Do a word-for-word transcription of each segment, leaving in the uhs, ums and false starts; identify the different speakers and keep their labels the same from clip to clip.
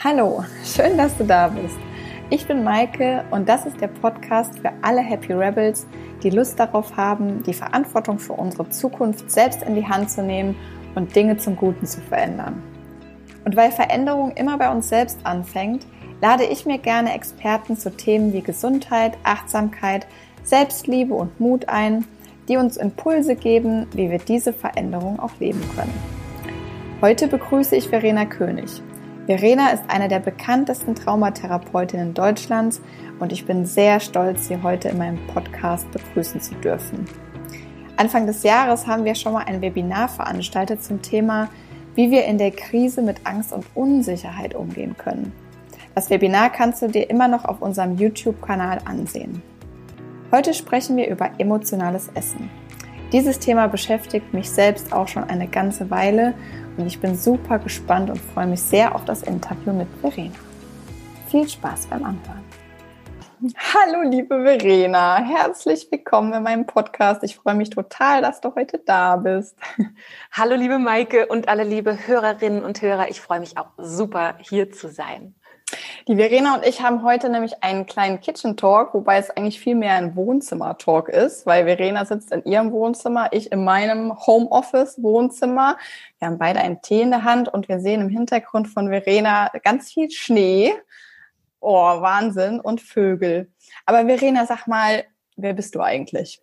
Speaker 1: Hallo, schön, dass du da bist. Ich bin Maike und das ist der Podcast für alle Happy Rebels, die Lust darauf haben, die Verantwortung für unsere Zukunft selbst in die Hand zu nehmen und Dinge zum Guten zu verändern. Und weil Veränderung immer bei uns selbst anfängt, lade ich mir gerne Experten zu Themen wie Gesundheit, Achtsamkeit, Selbstliebe und Mut ein, die uns Impulse geben, wie wir diese Veränderung auch leben können. Heute begrüße ich Verena König. Verena ist eine der bekanntesten Traumatherapeutinnen Deutschlands und ich bin sehr stolz, sie heute in meinem Podcast begrüßen zu dürfen. Anfang des Jahres haben wir schon mal ein Webinar veranstaltet zum Thema, wie wir in der Krise mit Angst und Unsicherheit umgehen können. Das Webinar kannst du dir immer noch auf unserem YouTube-Kanal ansehen. Heute sprechen wir über emotionales Essen. Dieses Thema beschäftigt mich selbst auch schon eine ganze Weile und ich bin super gespannt und freue mich sehr auf das Interview mit Verena. Viel Spaß beim Anhören. Hallo liebe Verena, herzlich willkommen in meinem Podcast. Ich freue mich total, dass du heute da bist.
Speaker 2: Hallo liebe Maike und alle liebe Hörerinnen und Hörer, ich freue mich auch super, hier zu sein.
Speaker 1: Die Verena und ich haben heute nämlich einen kleinen Kitchen Talk, wobei es eigentlich viel mehr ein Wohnzimmer-Talk ist, weil Verena sitzt in ihrem Wohnzimmer, ich in meinem Homeoffice-Wohnzimmer. Wir haben beide einen Tee in der Hand und wir sehen im Hintergrund von Verena ganz viel Schnee. Oh, Wahnsinn, und Vögel. Aber Verena, sag mal, wer bist du eigentlich?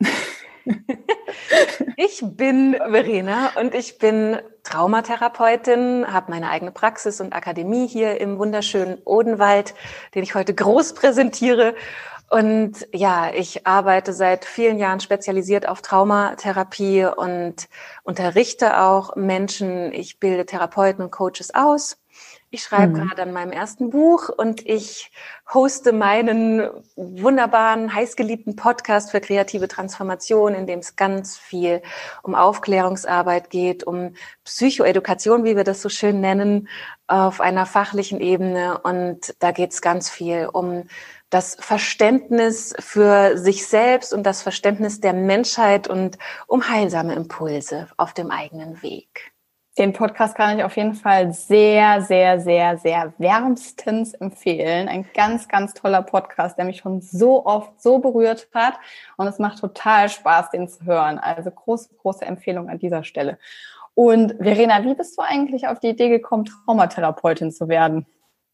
Speaker 2: Ich bin Verena und ich bin Traumatherapeutin, habe meine eigene Praxis und Akademie hier im wunderschönen Odenwald, den ich heute groß präsentiere. Und ja, ich arbeite seit vielen Jahren spezialisiert auf Traumatherapie und unterrichte auch Menschen. Ich bilde Therapeuten und Coaches aus. Ich schreibe mhm. gerade an meinem ersten Buch und ich hoste meinen wunderbaren, heißgeliebten Podcast für kreative Transformation, in dem es ganz viel um Aufklärungsarbeit geht, um Psychoedukation, wie wir das so schön nennen, auf einer fachlichen Ebene. Und da geht es ganz viel um das Verständnis für sich selbst und das Verständnis der Menschheit und um heilsame Impulse auf dem eigenen Weg.
Speaker 1: Den Podcast kann ich auf jeden Fall sehr, sehr, sehr, sehr wärmstens empfehlen. Ein ganz, ganz toller Podcast, der mich schon so oft so berührt hat. Und es macht total Spaß, den zu hören. Also große, große Empfehlung an dieser Stelle. Und Verena, wie bist du eigentlich auf die Idee gekommen, Traumatherapeutin zu werden?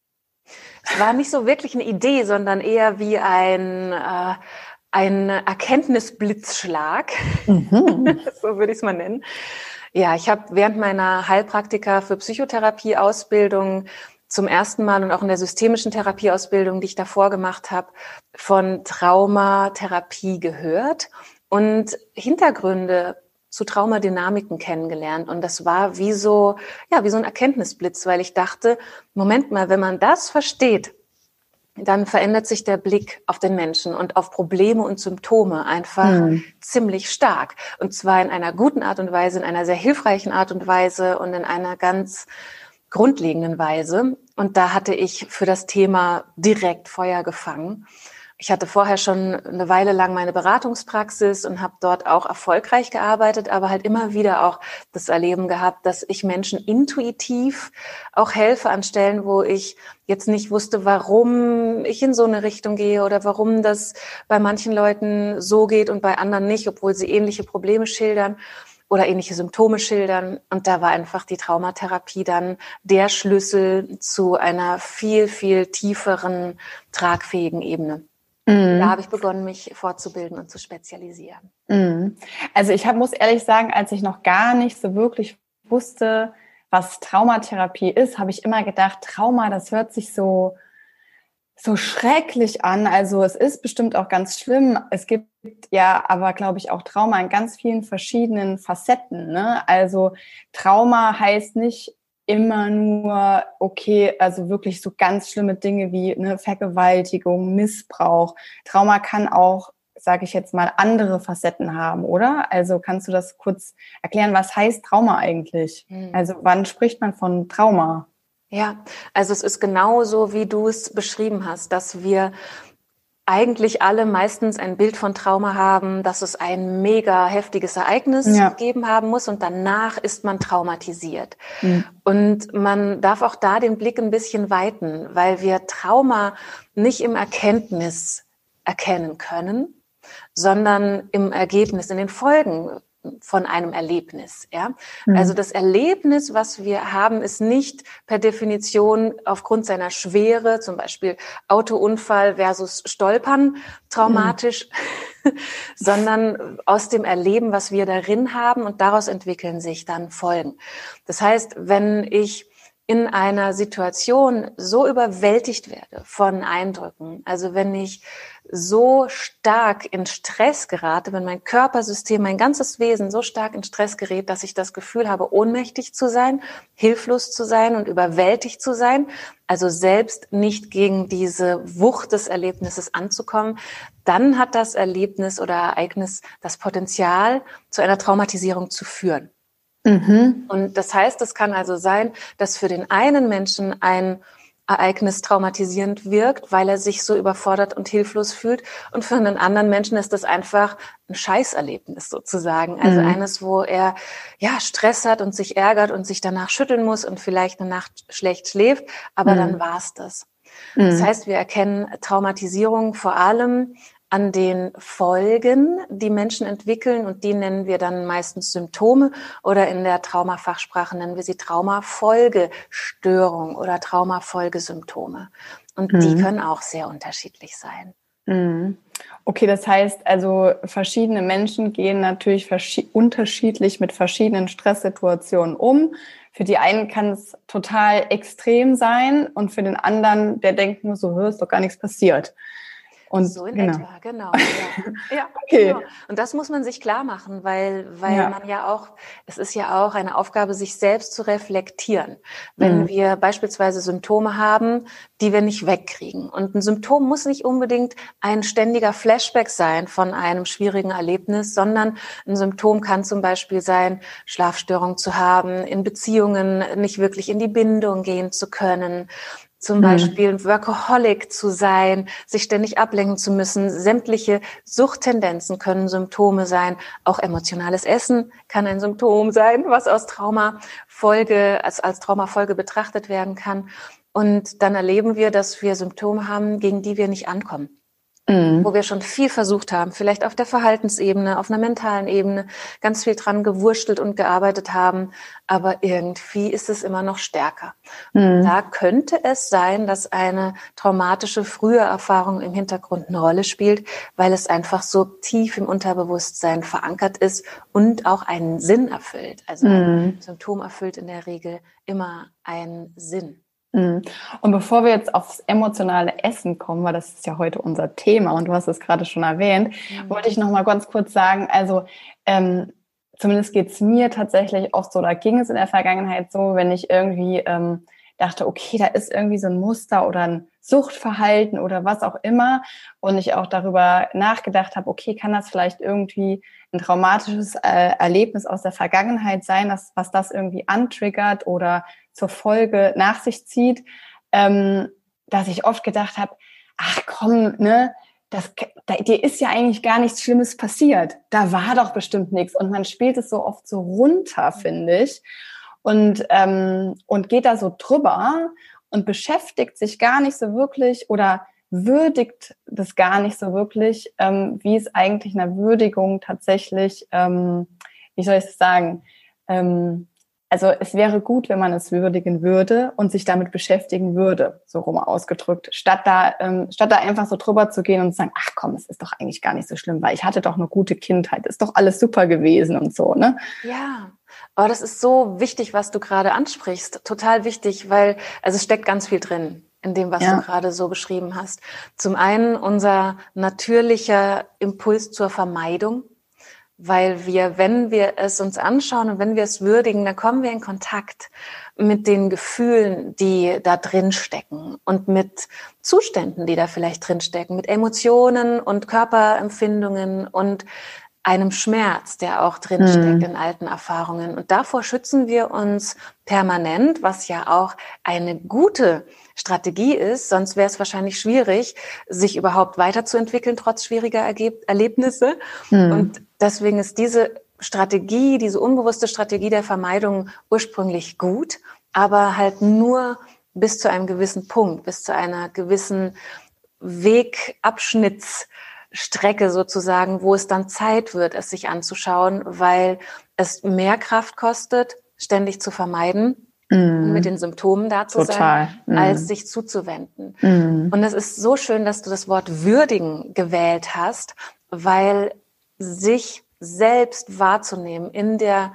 Speaker 2: Es war nicht so wirklich eine Idee, sondern eher wie ein... Äh, ein Erkenntnisblitzschlag. Mhm. So würde ich es mal nennen. Ja, ich habe während meiner Heilpraktika für Psychotherapie-Ausbildung zum ersten Mal und auch in der systemischen Therapieausbildung, die ich davor gemacht habe, von Traumatherapie gehört und Hintergründe zu Traumadynamiken kennengelernt. Und das war wie so, ja, wie so ein Erkenntnisblitz, weil ich dachte, Moment mal, wenn man das versteht, dann verändert sich der Blick auf den Menschen und auf Probleme und Symptome einfach hm. ziemlich stark. Und zwar in einer guten Art und Weise, in einer sehr hilfreichen Art und Weise und in einer ganz grundlegenden Weise. Und da hatte ich für das Thema direkt Feuer gefangen. Ich hatte vorher schon eine Weile lang meine Beratungspraxis und habe dort auch erfolgreich gearbeitet, aber halt immer wieder auch das Erleben gehabt, dass ich Menschen intuitiv auch helfe an Stellen, wo ich jetzt nicht wusste, warum ich in so eine Richtung gehe oder warum das bei manchen Leuten so geht und bei anderen nicht, obwohl sie ähnliche Probleme schildern oder ähnliche Symptome schildern. Und da war einfach die Traumatherapie dann der Schlüssel zu einer viel, viel tieferen, tragfähigen Ebene. Da habe ich begonnen, mich fortzubilden und zu spezialisieren.
Speaker 1: Also ich hab, muss ehrlich sagen, als ich noch gar nicht so wirklich wusste, was Traumatherapie ist, habe ich immer gedacht, Trauma, das hört sich so, so schrecklich an. Also es ist bestimmt auch ganz schlimm. Es gibt ja aber, glaube ich, auch Trauma in ganz vielen verschiedenen Facetten, ne? Also Trauma heißt nicht immer nur, okay, also wirklich so ganz schlimme Dinge wie eine Vergewaltigung, Missbrauch. Trauma kann auch, sage ich jetzt mal, andere Facetten haben, oder? Also kannst du das kurz erklären, was heißt Trauma eigentlich? Mhm. Also wann spricht man von Trauma?
Speaker 2: Ja, also es ist genauso, wie du es beschrieben hast, dass wir eigentlich alle meistens ein Bild von Trauma haben, dass es ein mega heftiges Ereignis ja. gegeben haben muss und danach ist man traumatisiert. Mhm. Und man darf auch da den Blick ein bisschen weiten, weil wir Trauma nicht im Erkenntnis erkennen können, sondern im Ergebnis, in den Folgen von einem Erlebnis, ja. Mhm. Also das Erlebnis, was wir haben, ist nicht per Definition aufgrund seiner Schwere, zum Beispiel Autounfall versus Stolpern, traumatisch, mhm. sondern aus dem Erleben, was wir darin haben, und daraus entwickeln sich dann Folgen. Das heißt, wenn ich in einer Situation so überwältigt werde von Eindrücken, also wenn ich so stark in Stress gerate, wenn mein Körpersystem, mein ganzes Wesen so stark in Stress gerät, dass ich das Gefühl habe, ohnmächtig zu sein, hilflos zu sein und überwältigt zu sein, also selbst nicht gegen diese Wucht des Erlebnisses anzukommen, dann hat das Erlebnis oder Ereignis das Potenzial, zu einer Traumatisierung zu führen. Mhm. Und das heißt, es kann also sein, dass für den einen Menschen ein Ereignis traumatisierend wirkt, weil er sich so überfordert und hilflos fühlt. Und für einen anderen Menschen ist das einfach ein Scheißerlebnis sozusagen. Also mhm. eines, wo er ja Stress hat und sich ärgert und sich danach schütteln muss und vielleicht eine Nacht schlecht schläft. Aber mhm. dann war's das. Mhm. Das heißt, wir erkennen Traumatisierung vor allem an den Folgen, die Menschen entwickeln, und die nennen wir dann meistens Symptome, oder in der Traumafachsprache nennen wir sie Traumafolgestörung oder Traumafolgesymptome. Und mhm. die können auch sehr unterschiedlich sein.
Speaker 1: Mhm. Okay, das heißt also, verschiedene Menschen gehen natürlich verschi- unterschiedlich mit verschiedenen Stresssituationen um. Für die einen kann es total extrem sein und für den anderen, der denkt nur so, ist doch gar nichts passiert.
Speaker 2: Und so in genau. etwa, genau. Ja, ja okay. Genau. Und das muss man sich klar machen, weil, weil ja. man ja auch, es ist ja auch eine Aufgabe, sich selbst zu reflektieren. Wenn mhm. wir beispielsweise Symptome haben, die wir nicht wegkriegen. Und ein Symptom muss nicht unbedingt ein ständiger Flashback sein von einem schwierigen Erlebnis, sondern ein Symptom kann zum Beispiel sein, Schlafstörungen zu haben, in Beziehungen nicht wirklich in die Bindung gehen zu können, zum Beispiel ein Workaholic zu sein, sich ständig ablenken zu müssen. Sämtliche Suchttendenzen können Symptome sein. Auch emotionales Essen kann ein Symptom sein, was aus Traumafolge, als, als Traumafolge betrachtet werden kann. Und dann erleben wir, dass wir Symptome haben, gegen die wir nicht ankommen. Mhm. Wo wir schon viel versucht haben, vielleicht auf der Verhaltensebene, auf einer mentalen Ebene, ganz viel dran gewurschtelt und gearbeitet haben, aber irgendwie ist es immer noch stärker. Mhm. Da könnte es sein, dass eine traumatische frühe Erfahrung im Hintergrund eine Rolle spielt, weil es einfach so tief im Unterbewusstsein verankert ist und auch einen Sinn erfüllt. Also ein mhm. Symptom erfüllt in der Regel immer einen Sinn.
Speaker 1: Und bevor wir jetzt aufs emotionale Essen kommen, weil das ist ja heute unser Thema und du hast es gerade schon erwähnt, mhm. wollte ich noch mal ganz kurz sagen, also ähm, zumindest geht's mir tatsächlich oft so, da ging es in der Vergangenheit so, wenn ich irgendwie ähm, dachte, okay, da ist irgendwie so ein Muster oder ein Suchtverhalten oder was auch immer, und ich auch darüber nachgedacht habe, okay, kann das vielleicht irgendwie ein traumatisches äh, Erlebnis aus der Vergangenheit sein, dass, was das irgendwie antriggert oder zur Folge nach sich zieht, ähm, dass ich oft gedacht habe, ach komm, ne, das, da, dir ist ja eigentlich gar nichts Schlimmes passiert. Da war doch bestimmt nichts. Und man spielt es so oft so runter, finde ich. Und, ähm, und geht da so drüber und beschäftigt sich gar nicht so wirklich oder würdigt das gar nicht so wirklich, ähm, wie es eigentlich einer Würdigung tatsächlich, ähm, wie soll ich es sagen, ähm, also es wäre gut, wenn man es würdigen würde und sich damit beschäftigen würde, so rum ausgedrückt, statt da ähm, statt da einfach so drüber zu gehen und zu sagen, ach komm, es ist doch eigentlich gar nicht so schlimm, weil ich hatte doch eine gute Kindheit, ist doch alles super gewesen und so, ne?
Speaker 2: Ja, aber das ist so wichtig, was du gerade ansprichst, total wichtig, weil also es steckt ganz viel drin in dem, was ja. du gerade so beschrieben hast. Zum einen unser natürlicher Impuls zur Vermeidung. Weil wir, wenn wir es uns anschauen und wenn wir es würdigen, dann kommen wir in Kontakt mit den Gefühlen, die da drin stecken und mit Zuständen, die da vielleicht drin stecken, mit Emotionen und Körperempfindungen und einem Schmerz, der auch drinsteckt
Speaker 1: Mhm.
Speaker 2: in alten Erfahrungen. Und davor schützen wir uns permanent, was ja auch eine gute Strategie ist. Sonst wäre es wahrscheinlich schwierig, sich überhaupt weiterzuentwickeln, trotz schwieriger Ergeb- Erlebnisse.
Speaker 1: Mhm.
Speaker 2: Und deswegen ist diese Strategie, diese unbewusste Strategie der Vermeidung ursprünglich gut, aber halt nur bis zu einem gewissen Punkt, bis zu einer gewissen Wegabschnittsstrecke sozusagen, wo es dann Zeit wird, es sich anzuschauen, weil es mehr Kraft kostet, ständig zu vermeiden
Speaker 1: Mhm.
Speaker 2: und mit den Symptomen da zu
Speaker 1: Total.
Speaker 2: sein,
Speaker 1: Mhm.
Speaker 2: als sich zuzuwenden.
Speaker 1: Mhm.
Speaker 2: Und es ist so schön, dass du das Wort würdigen gewählt hast, weil sich selbst wahrzunehmen in der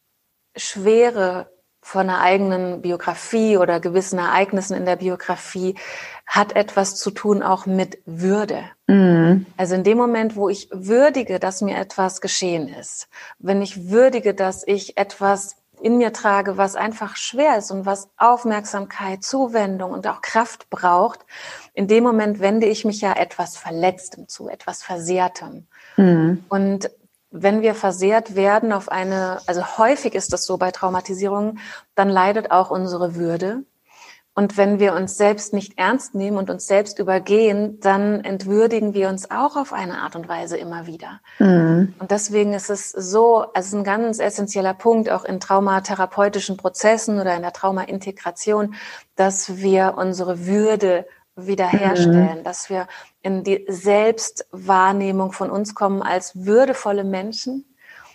Speaker 2: Schwere von einer eigenen Biografie oder gewissen Ereignissen in der Biografie hat etwas zu tun auch mit Würde.
Speaker 1: Mhm.
Speaker 2: Also in dem Moment, wo ich würdige, dass mir etwas geschehen ist, wenn ich würdige, dass ich etwas in mir trage, was einfach schwer ist und was Aufmerksamkeit, Zuwendung und auch Kraft braucht, in dem Moment wende ich mich ja etwas Verletztem zu, etwas Versehrtem.
Speaker 1: Mhm.
Speaker 2: Und wenn wir versehrt werden auf eine, also häufig ist das so bei Traumatisierungen, dann leidet auch unsere Würde. Und wenn wir uns selbst nicht ernst nehmen und uns selbst übergehen, dann entwürdigen wir uns auch auf eine Art und Weise immer wieder.
Speaker 1: Mhm.
Speaker 2: Und deswegen ist es so, also ein ganz essentieller Punkt auch in traumatherapeutischen Prozessen oder in der Traumaintegration, dass wir unsere Würde wiederherstellen,
Speaker 1: Mhm.
Speaker 2: dass wir in die Selbstwahrnehmung von uns kommen als würdevolle Menschen.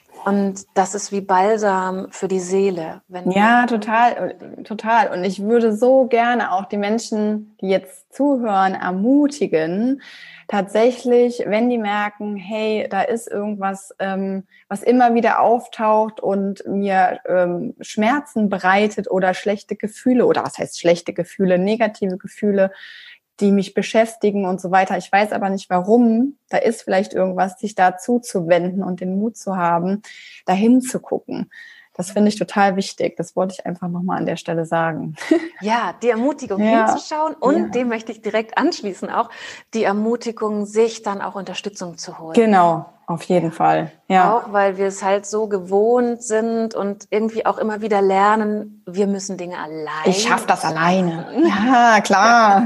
Speaker 2: Und das ist wie Balsam für die Seele. Wenn
Speaker 1: Ja,
Speaker 2: wir
Speaker 1: total, total. Und ich würde so gerne auch die Menschen, die jetzt zuhören, ermutigen, tatsächlich, wenn die merken, hey, da ist irgendwas, ähm, was immer wieder auftaucht und mir ähm, Schmerzen bereitet oder schlechte Gefühle, oder was heißt schlechte Gefühle, negative Gefühle, die mich beschäftigen und so weiter. Ich weiß aber nicht warum. Da ist vielleicht irgendwas, sich da zuzuwenden und den Mut zu haben, dahin zu gucken. Das finde ich total wichtig. Das wollte ich einfach nochmal an der Stelle sagen.
Speaker 2: Ja, die Ermutigung
Speaker 1: Ja,
Speaker 2: hinzuschauen und
Speaker 1: ja.
Speaker 2: dem möchte ich direkt anschließen auch, die Ermutigung, sich dann auch Unterstützung zu holen.
Speaker 1: Genau, auf jeden Fall. Ja.
Speaker 2: Auch weil wir es halt so gewohnt sind und irgendwie auch immer wieder lernen, wir müssen Dinge alleine.
Speaker 1: Ich schaffe das alleine. Ja, klar.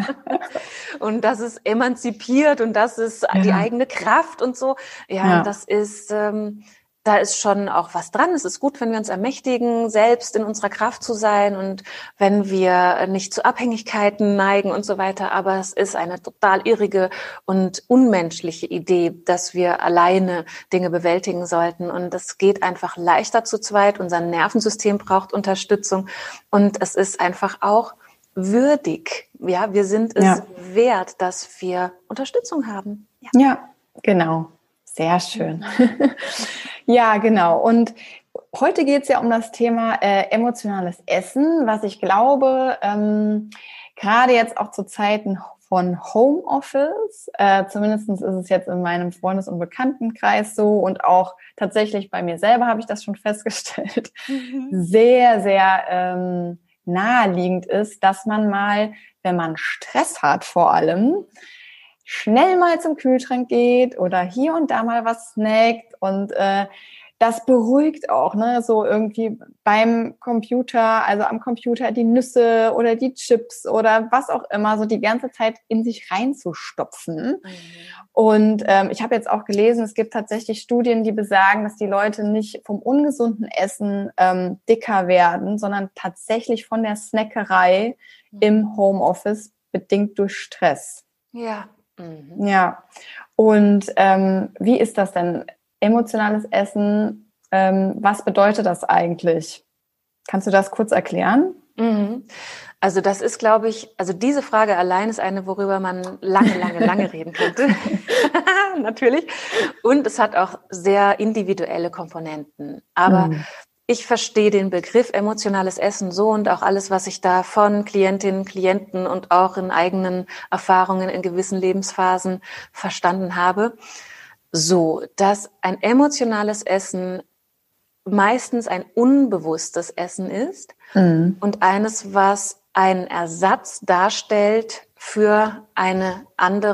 Speaker 2: Und das ist emanzipiert und das ist
Speaker 1: Ja.
Speaker 2: die eigene Kraft und so. Ja,
Speaker 1: Ja.
Speaker 2: und das ist, ähm, da ist schon auch was dran. Es ist gut, wenn wir uns ermächtigen, selbst in unserer Kraft zu sein und wenn wir nicht zu Abhängigkeiten neigen und so weiter. Aber es ist eine total irrige und unmenschliche Idee, dass wir alleine Dinge bewältigen sollten. Und es geht einfach leichter zu zweit. Unser Nervensystem braucht Unterstützung. Und es ist einfach auch würdig. Ja, wir sind es
Speaker 1: Ja.
Speaker 2: wert, dass wir Unterstützung haben. Ja,
Speaker 1: Ja, genau. Sehr schön. Ja, genau. Und heute geht es ja um das Thema äh, emotionales Essen, was ich glaube, ähm, gerade jetzt auch zu Zeiten von Homeoffice, äh, zumindest ist es jetzt in meinem Freundes- und Bekanntenkreis so und auch tatsächlich bei mir selber habe ich das schon festgestellt, sehr, sehr ähm, naheliegend ist, dass man mal, wenn man Stress hat vor allem, schnell mal zum Kühlschrank geht oder hier und da mal was snackt und äh, das beruhigt auch, ne, so irgendwie beim Computer, also am Computer die Nüsse oder die Chips oder was auch immer, so die ganze Zeit in sich reinzustopfen.
Speaker 2: Mhm.
Speaker 1: Und ähm, ich habe jetzt auch gelesen, es gibt tatsächlich Studien, die besagen, dass die Leute nicht vom ungesunden Essen ähm, dicker werden, sondern tatsächlich von der Snackerei
Speaker 2: Mhm.
Speaker 1: im Homeoffice bedingt durch Stress.
Speaker 2: Ja. Mhm.
Speaker 1: Ja, und ähm, wie ist das denn? Emotionales Essen, ähm, was bedeutet das eigentlich? Kannst du das kurz erklären?
Speaker 2: Mhm. Also das ist, glaube ich, also diese Frage allein ist eine, worüber man lange, lange, lange reden könnte. Natürlich. Und es hat auch sehr individuelle Komponenten. Aber
Speaker 1: Mhm.
Speaker 2: ich verstehe den Begriff emotionales Essen so und auch alles, was ich da von Klientinnen, Klienten und auch in eigenen Erfahrungen in gewissen Lebensphasen verstanden habe, so, dass ein emotionales Essen meistens ein unbewusstes Essen ist
Speaker 1: Mhm.
Speaker 2: und eines, was einen Ersatz darstellt für eine andere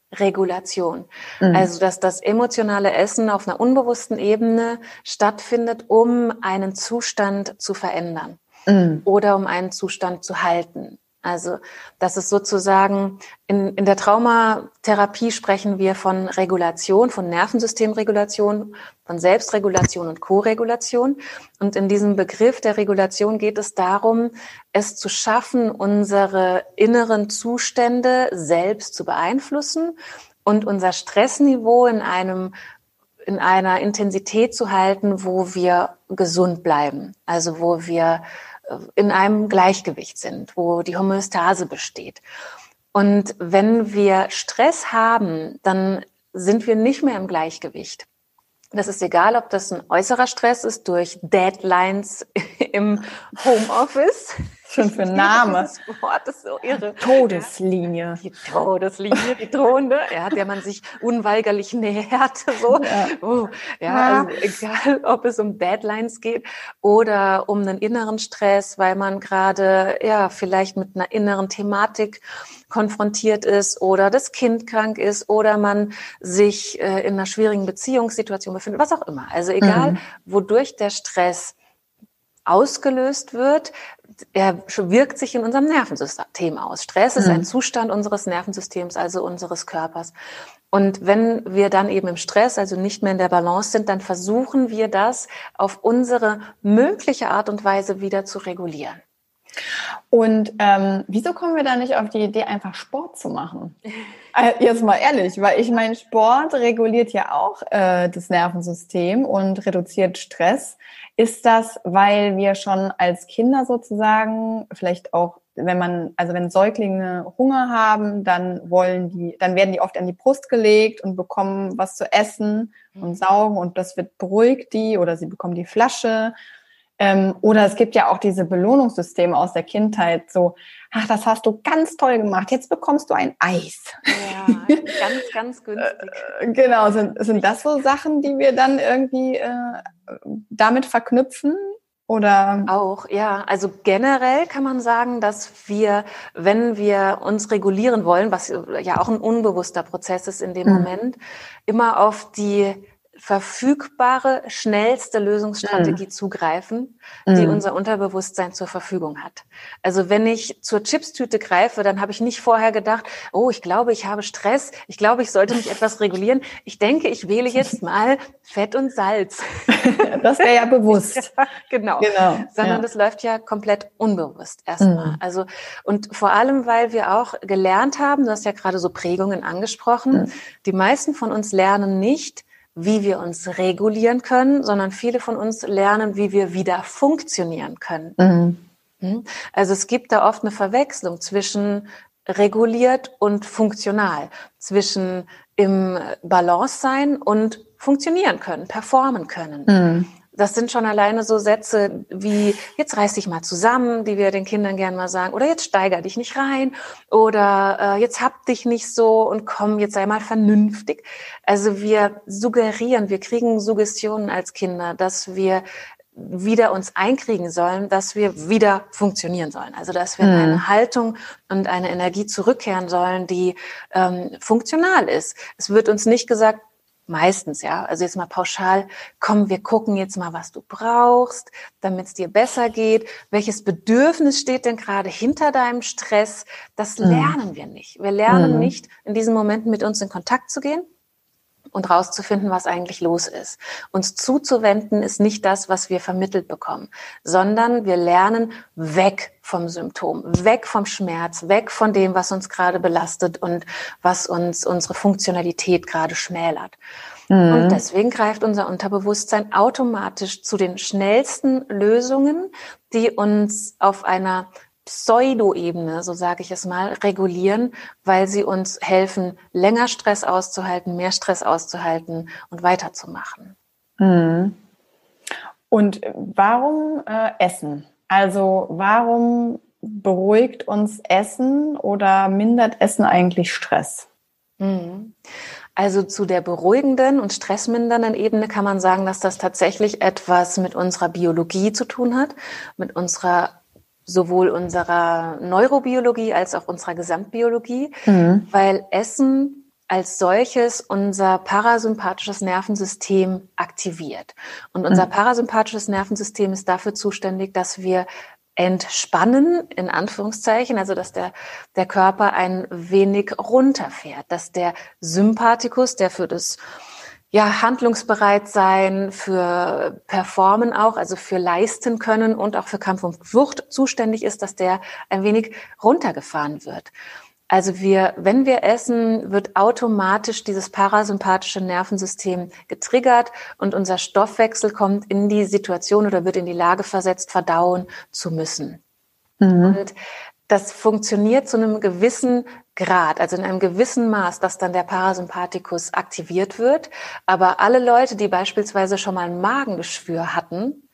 Speaker 2: Regulation. Mhm. Also, dass das emotionale Essen auf einer unbewussten Ebene stattfindet, um einen Zustand zu verändern mhm. oder um einen Zustand zu halten. Also, das ist sozusagen, in, in der Traumatherapie sprechen wir von Regulation, von Nervensystemregulation, von Selbstregulation und Koregulation. Und in diesem Begriff der Regulation geht es darum, es zu schaffen, unsere inneren Zustände selbst zu beeinflussen und unser Stressniveau in einem in einer Intensität zu halten, wo wir gesund bleiben, also wo wir in einem Gleichgewicht sind, wo die Homöostase besteht. Und wenn wir Stress haben, dann sind wir nicht mehr im Gleichgewicht. Das ist egal, ob das ein äußerer Stress ist durch Deadlines im Homeoffice.
Speaker 1: Schon für ein Name.
Speaker 2: Das Wort ist so irre.
Speaker 1: Todeslinie.
Speaker 2: Die Todeslinie, die drohende, ja, der man sich unweigerlich nähert. So. Ja, oh, ja, also egal, ob es um Deadlines geht oder um einen inneren Stress, weil man gerade ja vielleicht mit einer inneren Thematik konfrontiert ist oder das Kind krank ist oder man sich äh, in einer schwierigen Beziehungssituation befindet, was auch immer. Also egal, mhm. wodurch der Stress ausgelöst wird, er wirkt sich in unserem Nervensystem aus. Stress ist mhm. ein Zustand unseres Nervensystems, also unseres Körpers. Und wenn wir dann eben im Stress, also nicht mehr in der Balance sind, dann versuchen wir das auf unsere mögliche Art und Weise wieder zu regulieren.
Speaker 1: Und ähm, wieso kommen wir da nicht auf die Idee, einfach Sport zu machen? äh, jetzt mal ehrlich, weil ich meine, Sport reguliert ja auch äh, das Nervensystem und reduziert Stress. Ist das, weil wir schon als Kinder sozusagen, vielleicht auch, wenn man, also wenn Säuglinge Hunger haben, dann wollen die, dann werden die oft an die Brust gelegt und bekommen was zu essen und saugen und das wird beruhigt die oder sie bekommen die Flasche. Ähm, oder es gibt ja auch diese Belohnungssysteme aus der Kindheit, so, ach, das hast du ganz toll gemacht, jetzt bekommst du ein Eis.
Speaker 2: Ja, ganz, ganz günstig.
Speaker 1: Genau, sind, sind das so Sachen, die wir dann irgendwie äh, damit verknüpfen? Oder?
Speaker 2: Auch, ja. Also generell kann man sagen, dass wir, wenn wir uns regulieren wollen, was ja auch ein unbewusster Prozess ist in dem mhm. Moment, immer auf die verfügbare, schnellste Lösungsstrategie mm. zugreifen, die mm. unser Unterbewusstsein zur Verfügung hat. Also wenn ich zur Chipstüte greife, dann habe ich nicht vorher gedacht, oh, ich glaube, ich habe Stress, ich glaube, ich sollte mich etwas regulieren. Ich denke, ich wähle jetzt mal Fett und Salz.
Speaker 1: Das wäre ja bewusst.
Speaker 2: Ja, genau. genau. Sondern ja. das läuft ja komplett unbewusst erstmal. Mm. Also, und vor allem, weil wir auch gelernt haben, du hast ja gerade so Prägungen angesprochen, mm. die meisten von uns lernen nicht, wie wir uns regulieren können, sondern viele von uns lernen, wie wir wieder funktionieren können. Mhm. Also es gibt da oft eine Verwechslung zwischen reguliert und funktional, zwischen im Balance sein und funktionieren können, performen können. Mhm. Das sind schon alleine so Sätze wie, jetzt reiß dich mal zusammen, die wir den Kindern gerne mal sagen, oder jetzt steiger dich nicht rein, oder äh, jetzt hab dich nicht so und komm, jetzt sei mal vernünftig. Also wir suggerieren, wir kriegen Suggestionen als Kinder, dass wir wieder uns einkriegen sollen, dass wir wieder funktionieren sollen. Also dass wir in eine Haltung und eine Energie zurückkehren sollen, die ähm, funktional ist. Es wird uns nicht gesagt, meistens, ja, also jetzt mal pauschal, komm, wir gucken jetzt mal, was du brauchst, damit es dir besser geht. Welches Bedürfnis steht denn gerade hinter deinem Stress? Das mhm. lernen wir nicht. Wir lernen mhm. nicht, in diesen Momenten mit uns in Kontakt zu gehen und rauszufinden, was eigentlich los ist. Uns zuzuwenden ist nicht das, was wir vermittelt bekommen, sondern wir lernen weg vom Symptom, weg vom Schmerz, weg von dem, was uns gerade belastet und was uns unsere Funktionalität gerade schmälert. Mhm. Und deswegen greift unser Unterbewusstsein automatisch zu den schnellsten Lösungen, die uns auf einer Pseudo-Ebene, so sage ich es mal, regulieren, weil sie uns helfen, länger Stress auszuhalten, mehr Stress auszuhalten und weiterzumachen.
Speaker 1: Mhm. Und warum äh, Essen? Also warum beruhigt uns Essen oder mindert Essen eigentlich Stress?
Speaker 2: Mhm. Also zu der beruhigenden und stressmindernden Ebene kann man sagen, dass das tatsächlich etwas mit unserer Biologie zu tun hat, mit unserer sowohl unserer Neurobiologie als auch unserer Gesamtbiologie, mhm. weil Essen als solches unser parasympathisches Nervensystem aktiviert. Und unser parasympathisches Nervensystem ist dafür zuständig, dass wir entspannen, in Anführungszeichen, also dass der, der Körper ein wenig runterfährt, dass der Sympathikus, der für das ja, handlungsbereit sein, für Performen auch, also für leisten können und auch für Kampf und Flucht zuständig ist, dass der ein wenig runtergefahren wird. Also wir, wenn wir essen, wird automatisch dieses parasympathische Nervensystem getriggert und unser Stoffwechsel kommt in die Situation oder wird in die Lage versetzt, verdauen zu müssen. Mhm. Und das funktioniert zu einem gewissen Grad, also in einem gewissen Maß, dass dann der Parasympathikus aktiviert wird. Aber alle Leute, die beispielsweise schon mal ein Magengeschwür hatten,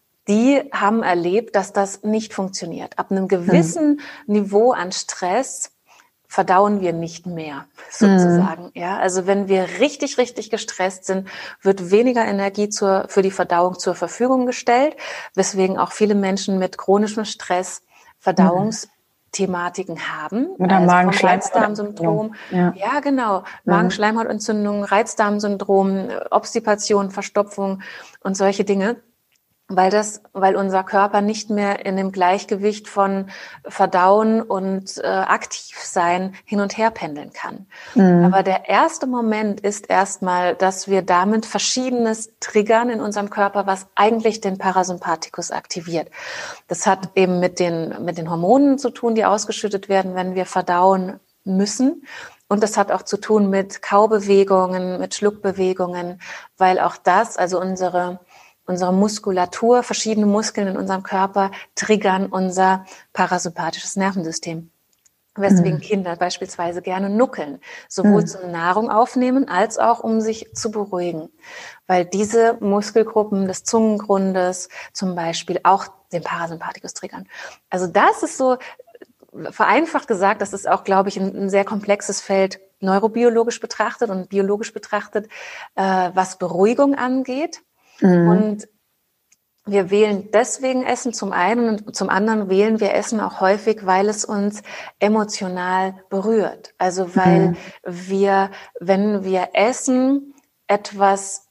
Speaker 2: die haben erlebt, dass das nicht funktioniert. Ab einem gewissen mhm. Niveau an Stress verdauen wir nicht mehr, sozusagen. Mhm. Ja, also wenn wir richtig, richtig gestresst sind, wird weniger Energie zur, für die Verdauung zur Verfügung gestellt, weswegen auch viele Menschen mit chronischem Stress Verdauungs- mhm. Thematiken haben.
Speaker 1: Oder
Speaker 2: also
Speaker 1: Magen-Schleimhaut-Syndrom.
Speaker 2: Ja. ja, genau. Mhm. Magen-Schleimhautentzündung, Reizdarmsyndrom, Obstipation, Verstopfung und solche Dinge. Weil das, weil unser Körper nicht mehr in dem Gleichgewicht von Verdauen und äh, Aktivsein hin und her pendeln kann. Mhm. Aber der erste Moment ist erstmal, dass wir damit Verschiedenes triggern in unserem Körper, was eigentlich den Parasympathikus aktiviert. Das hat eben mit den mit den Hormonen zu tun, die ausgeschüttet werden, wenn wir verdauen müssen. Und das hat auch zu tun mit Kaubewegungen, mit Schluckbewegungen, weil auch das, also unsere Unsere Muskulatur, verschiedene Muskeln in unserem Körper triggern unser parasympathisches Nervensystem. Weswegen mhm. Kinder beispielsweise gerne nuckeln, sowohl mhm. zum Nahrung aufnehmen als auch um sich zu beruhigen. Weil diese Muskelgruppen des Zungengrundes zum Beispiel auch den Parasympathikus triggern. Also das ist so, vereinfacht gesagt, das ist auch, glaube ich, ein, ein sehr komplexes Feld, neurobiologisch betrachtet und biologisch betrachtet, äh, was Beruhigung angeht. Mhm. Und wir wählen deswegen Essen zum einen und zum anderen wählen wir Essen auch häufig, weil es uns emotional berührt. Also weil mhm. wir, wenn wir essen, etwas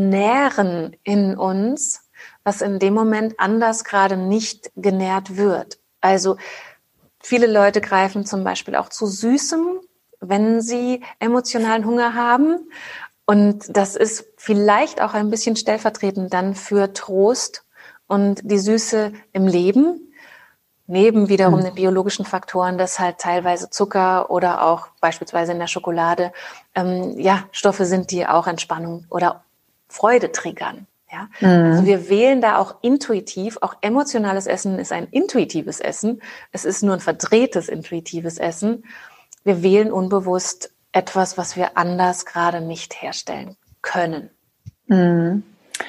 Speaker 2: nähren in uns, was in dem Moment anders gerade nicht genährt wird. Also viele Leute greifen zum Beispiel auch zu Süßem, wenn sie emotionalen Hunger haben. Und das ist vielleicht auch ein bisschen stellvertretend dann für Trost und die Süße im Leben, neben wiederum mhm. den biologischen Faktoren, dass halt teilweise Zucker oder auch beispielsweise in der Schokolade ähm, ja Stoffe sind, die auch Entspannung oder Freude triggern. Ja? Mhm. Also wir wählen da auch intuitiv, auch emotionales Essen ist ein intuitives Essen, es ist nur ein verdrehtes intuitives Essen. Wir wählen unbewusst etwas, was wir anders gerade nicht herstellen können.
Speaker 1: Mhm.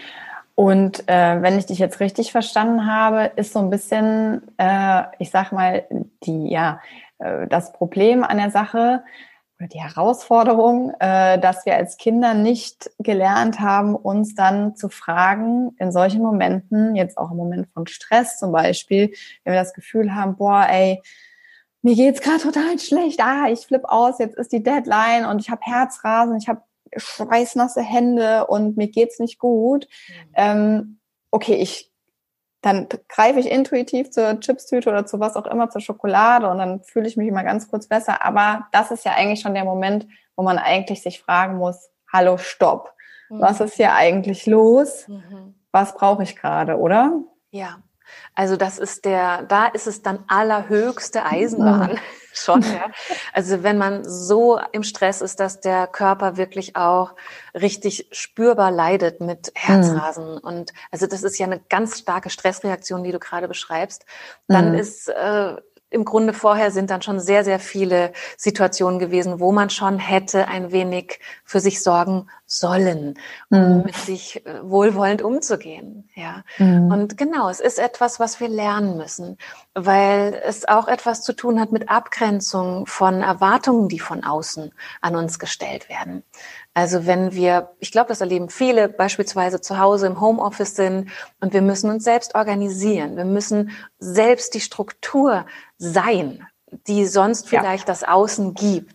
Speaker 1: Und äh, wenn ich dich jetzt richtig verstanden habe, ist so ein bisschen, äh, ich sag mal, die ja äh, das Problem an der Sache oder die Herausforderung, äh, dass wir als Kinder nicht gelernt haben, uns dann zu fragen, in solchen Momenten, jetzt auch im Moment von Stress zum Beispiel, wenn wir das Gefühl haben, boah, ey, mir geht's gerade total schlecht, ah, ich flippe aus, jetzt ist die Deadline und ich habe Herzrasen, ich habe schweißnasse Hände und mir geht's nicht gut. Mhm. Ähm, okay, ich dann greife ich intuitiv zur Chipstüte oder zu was auch immer, zur Schokolade und dann fühle ich mich mal ganz kurz besser. Aber das ist ja eigentlich schon der Moment, wo man eigentlich sich fragen muss, hallo, stopp, mhm. was ist hier eigentlich los? Mhm. Was brauche ich gerade, oder?
Speaker 2: Ja. Also das ist der, da ist es dann allerhöchste Eisenbahn mhm. schon, ja. Also wenn man so im Stress ist, dass der Körper wirklich auch richtig spürbar leidet mit Herzrasen mhm. und also das ist ja eine ganz starke Stressreaktion, die du gerade beschreibst, dann mhm. ist äh, im Grunde vorher sind dann schon sehr, sehr viele Situationen gewesen, wo man schon hätte ein wenig für sich sorgen sollen, um mm. mit sich wohlwollend umzugehen. Ja. Mm. Und genau, es ist etwas, was wir lernen müssen, weil es auch etwas zu tun hat mit Abgrenzung von Erwartungen, die von außen an uns gestellt werden. Also wenn wir, ich glaube, das erleben viele, beispielsweise zu Hause im Homeoffice sind und wir müssen uns selbst organisieren. Wir müssen selbst die Struktur sein, die sonst vielleicht ja. das Außen gibt.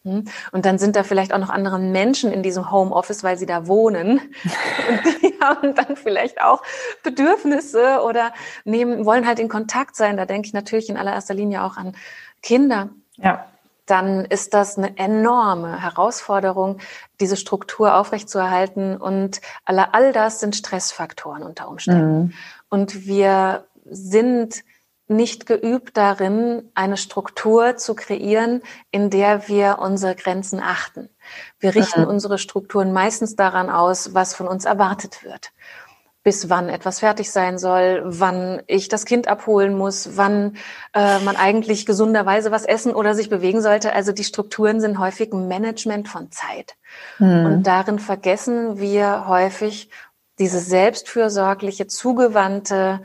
Speaker 2: Und dann sind da vielleicht auch noch andere Menschen in diesem Homeoffice, weil sie da wohnen. Und die haben dann vielleicht auch Bedürfnisse oder nehmen, wollen halt in Kontakt sein. Da denke ich natürlich in allererster Linie auch an Kinder.
Speaker 1: Ja.
Speaker 2: Dann ist das eine enorme Herausforderung, diese Struktur aufrechtzuerhalten. Und all, all das sind Stressfaktoren unter Umständen. Mhm. Und wir sind nicht geübt darin, eine Struktur zu kreieren, in der wir unsere Grenzen achten. Wir richten mhm. unsere Strukturen meistens daran aus, was von uns erwartet wird. Bis wann etwas fertig sein soll, wann ich das Kind abholen muss, wann äh, man eigentlich gesunderweise was essen oder sich bewegen sollte. Also die Strukturen sind häufig ein Management von Zeit. Mhm. Und darin vergessen wir häufig diese selbstfürsorgliche, zugewandte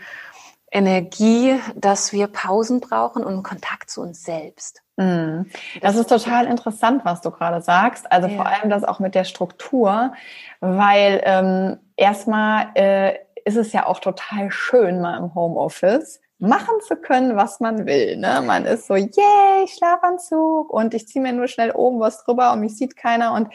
Speaker 2: Energie, dass wir Pausen brauchen und Kontakt zu uns selbst.
Speaker 1: Mm. Das ist total interessant, was du gerade sagst. Also ja. vor allem das auch mit der Struktur, weil ähm, erstmal äh, ist es ja auch total schön, mal im Homeoffice machen zu können, was man will. Ne? Man ist so, yay, Schlafanzug und ich ziehe mir nur schnell oben was drüber und mich sieht keiner und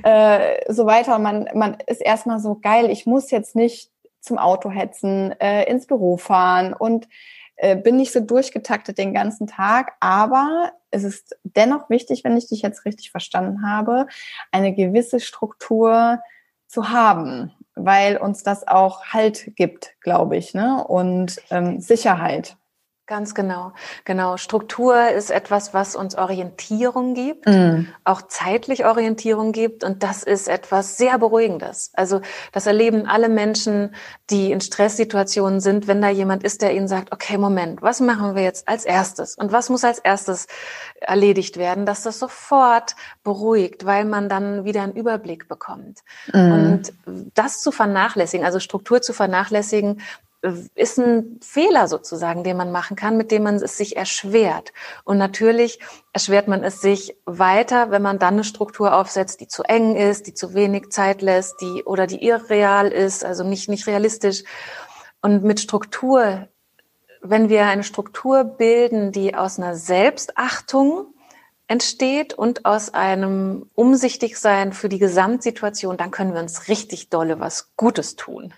Speaker 1: äh, so weiter. Man, man ist erstmal so, geil, ich muss jetzt nicht zum Auto hetzen, äh, ins Büro fahren und äh, bin nicht so durchgetaktet den ganzen Tag. Aber es ist dennoch wichtig, wenn ich dich jetzt richtig verstanden habe, eine gewisse Struktur zu haben, weil uns das auch Halt gibt, glaube ich, ne? Und ähm, Sicherheit.
Speaker 2: Ganz genau, genau. Struktur ist etwas, was uns Orientierung gibt, mm. auch zeitlich Orientierung gibt, und das ist etwas sehr Beruhigendes. Also das erleben alle Menschen, die in Stresssituationen sind, wenn da jemand ist, der ihnen sagt, okay, Moment, was machen wir jetzt als erstes und was muss als erstes erledigt werden, dass das sofort beruhigt, weil man dann wieder einen Überblick bekommt. Mm. Und das zu vernachlässigen, also Struktur zu vernachlässigen, ist ein Fehler sozusagen, den man machen kann, mit dem man es sich erschwert. Und natürlich erschwert man es sich weiter, wenn man dann eine Struktur aufsetzt, die zu eng ist, die zu wenig Zeit lässt, die oder die irreal ist, also nicht nicht realistisch. Und mit Struktur, wenn wir eine Struktur bilden, die aus einer Selbstachtung entsteht und aus einem Umsichtigsein für die Gesamtsituation, dann können wir uns richtig dolle was Gutes tun.